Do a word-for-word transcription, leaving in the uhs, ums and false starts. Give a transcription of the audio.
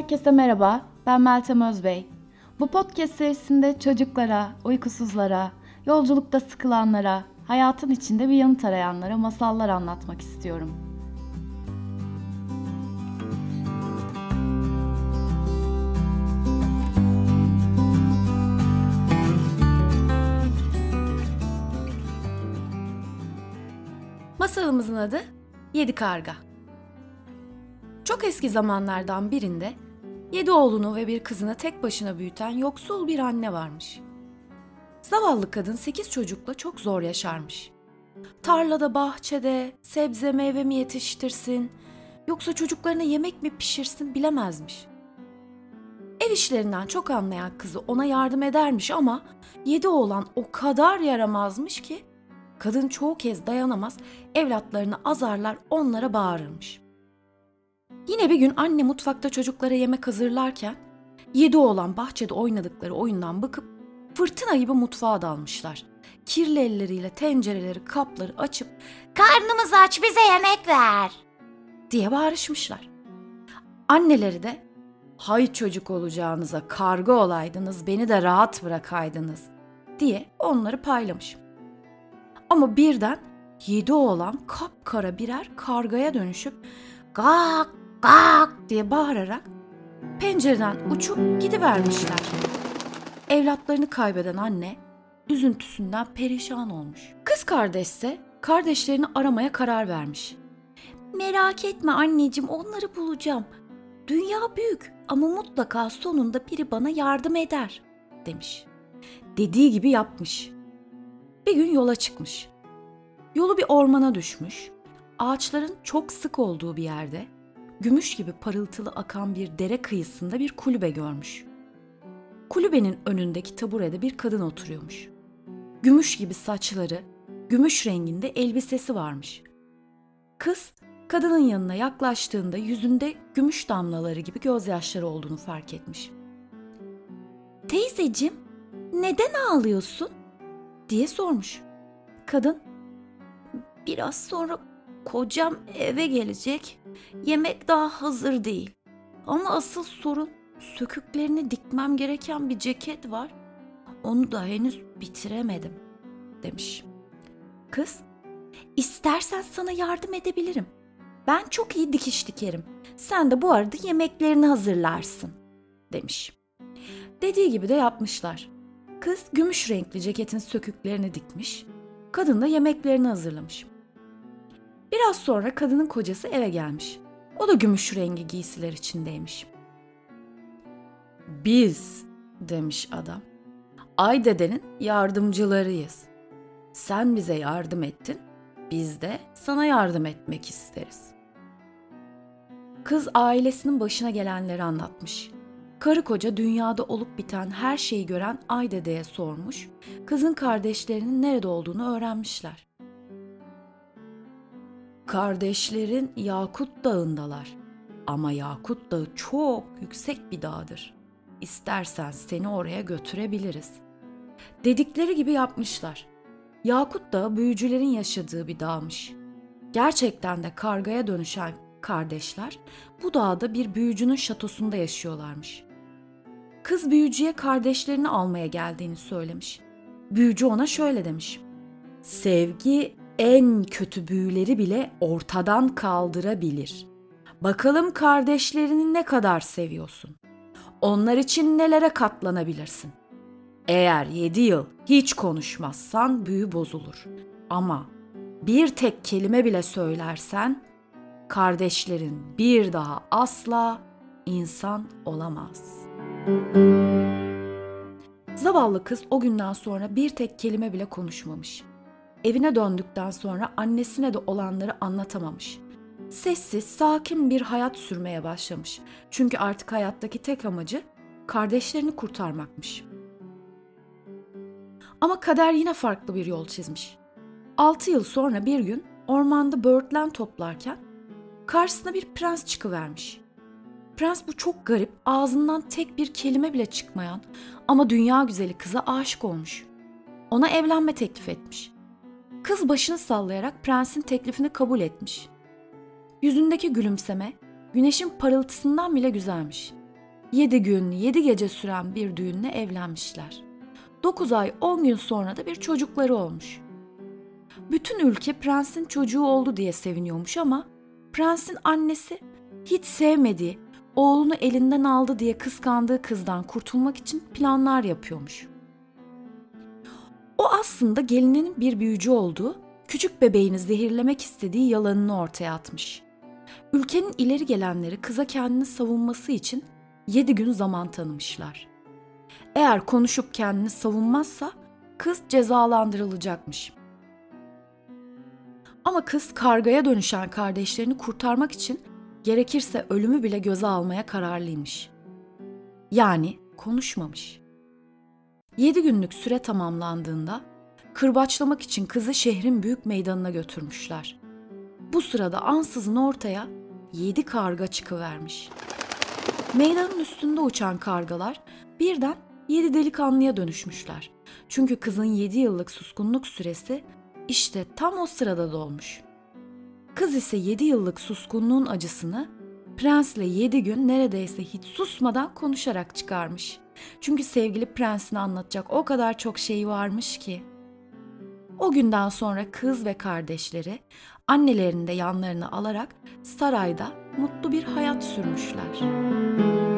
Herkese merhaba, ben Meltem Özbey. Bu podcast serisinde çocuklara, uykusuzlara, yolculukta sıkılanlara, hayatın içinde bir yanıt arayanlara masallar anlatmak istiyorum. Masalımızın adı Yedi Karga. Çok eski zamanlardan birinde yedi oğlunu ve bir kızını tek başına büyüten yoksul bir anne varmış. Zavallı kadın sekiz çocukla çok zor yaşarmış. Tarlada, bahçede, sebze meyve mi yetiştirsin, yoksa çocuklarına yemek mi pişirsin bilemezmiş. Ev işlerinden çok anlayan kızı ona yardım edermiş ama yedi oğlan o kadar yaramazmış ki kadın çoğu kez dayanamaz, evlatlarını azarlar, onlara bağırırmış. Yine bir gün anne mutfakta çocuklara yemek hazırlarken yedi oğlan bahçede oynadıkları oyundan bıkıp fırtına gibi mutfağa dalmışlar. Kirli elleriyle tencereleri, kapları açıp "Karnımız aç, bize yemek ver!" diye bağırışmışlar. Anneleri de "Hay çocuk olacağınıza karga olaydınız, beni de rahat bırakaydınız" diye onları paylamış. Ama birden yedi oğlan kapkara birer kargaya dönüşüp "Gak gak" diye bağırarak pencereden uçup gidivermişler. Evlatlarını kaybeden anne üzüntüsünden perişan olmuş. Kız kardeşse kardeşlerini aramaya karar vermiş. "Merak etme anneciğim, onları bulacağım. Dünya büyük ama mutlaka sonunda biri bana yardım eder" demiş. Dediği gibi yapmış. Bir gün yola çıkmış. Yolu bir ormana düşmüş. Ağaçların çok sık olduğu bir yerde gümüş gibi parıltılı akan bir dere kıyısında bir kulübe görmüş. Kulübenin önündeki taburede bir kadın oturuyormuş. Gümüş gibi saçları, gümüş renginde elbisesi varmış. Kız, kadının yanına yaklaştığında yüzünde gümüş damlaları gibi gözyaşları olduğunu fark etmiş. "Teyzeciğim, neden ağlıyorsun?" diye sormuş. Kadın, "Biraz sonra kocam eve gelecek. Yemek daha hazır değil. Ama asıl sorun söküklerini dikmem gereken bir ceket var. Onu da henüz bitiremedim" demiş. Kız, "İstersen sana yardım edebilirim. Ben çok iyi dikiş dikerim. Sen de bu arada yemeklerini hazırlarsın" demiş. Dediği gibi de yapmışlar. Kız gümüş renkli ceketin söküklerini dikmiş. Kadın da yemeklerini hazırlamış. Biraz sonra kadının kocası eve gelmiş. O da gümüş rengi giysiler içindeymiş. "Biz," demiş adam, "Ay dedenin yardımcılarıyız. Sen bize yardım ettin, biz de sana yardım etmek isteriz." Kız ailesinin başına gelenleri anlatmış. Karı koca dünyada olup biten her şeyi gören Ay dedeye sormuş, kızın kardeşlerinin nerede olduğunu öğrenmişler. "Kardeşlerin Yakut Dağı'ndalar ama Yakut Dağı çok yüksek bir dağdır. İstersen seni oraya götürebiliriz" dedikleri gibi yapmışlar. Yakut Dağı büyücülerin yaşadığı bir dağmış. Gerçekten de kargaya dönüşen kardeşler bu dağda bir büyücünün şatosunda yaşıyorlarmış. Kız büyücüye kardeşlerini almaya geldiğini söylemiş. Büyücü ona şöyle demiş: "Sevgi en kötü büyüleri bile ortadan kaldırabilir. Bakalım kardeşlerini ne kadar seviyorsun? Onlar için nelere katlanabilirsin? Eğer yedi yıl hiç konuşmazsan büyü bozulur. Ama bir tek kelime bile söylersen kardeşlerin bir daha asla insan olamaz." Zavallı kız o günden sonra bir tek kelime bile konuşmamış. Evine döndükten sonra annesine de olanları anlatamamış. Sessiz, sakin bir hayat sürmeye başlamış. Çünkü artık hayattaki tek amacı kardeşlerini kurtarmakmış. Ama kader yine farklı bir yol çizmiş. Altı yıl sonra bir gün ormanda böğürtlen toplarken karşısına bir prens çıkıvermiş. Prens bu çok garip, ağzından tek bir kelime bile çıkmayan ama dünya güzeli kıza aşık olmuş. Ona evlenme teklif etmiş. Kız başını sallayarak prensin teklifini kabul etmiş. Yüzündeki gülümseme güneşin parıltısından bile güzelmiş. Yedi gün, yedi gece süren bir düğünle evlenmişler. Dokuz ay, on gün sonra da bir çocukları olmuş. Bütün ülke prensin çocuğu oldu diye seviniyormuş ama prensin annesi hiç sevmediği, oğlunu elinden aldı diye kıskandığı kızdan kurtulmak için planlar yapıyormuş. O aslında gelininin bir büyücü olduğu, küçük bebeğini zehirlemek istediği yalanını ortaya atmış. Ülkenin ileri gelenleri kıza kendini savunması için yedi gün zaman tanımışlar. Eğer konuşup kendini savunmazsa kız cezalandırılacakmış. Ama kız kargaya dönüşen kardeşlerini kurtarmak için gerekirse ölümü bile göze almaya kararlıymış. Yani konuşmamış. Yedi günlük süre tamamlandığında kırbaçlamak için kızı şehrin büyük meydanına götürmüşler. Bu sırada ansızın ortaya yedi karga çıkıvermiş. Meydanın üstünde uçan kargalar birden yedi delikanlıya dönüşmüşler. Çünkü kızın yedi yıllık suskunluk süresi işte tam o sırada dolmuş. Kız ise yedi yıllık suskunluğun acısını prensle yedi gün neredeyse hiç susmadan konuşarak çıkarmış. Çünkü sevgili prensine anlatacak o kadar çok şey varmış ki. O günden sonra kız ve kardeşleri annelerini de yanlarına alarak sarayda mutlu bir hayat sürmüşler.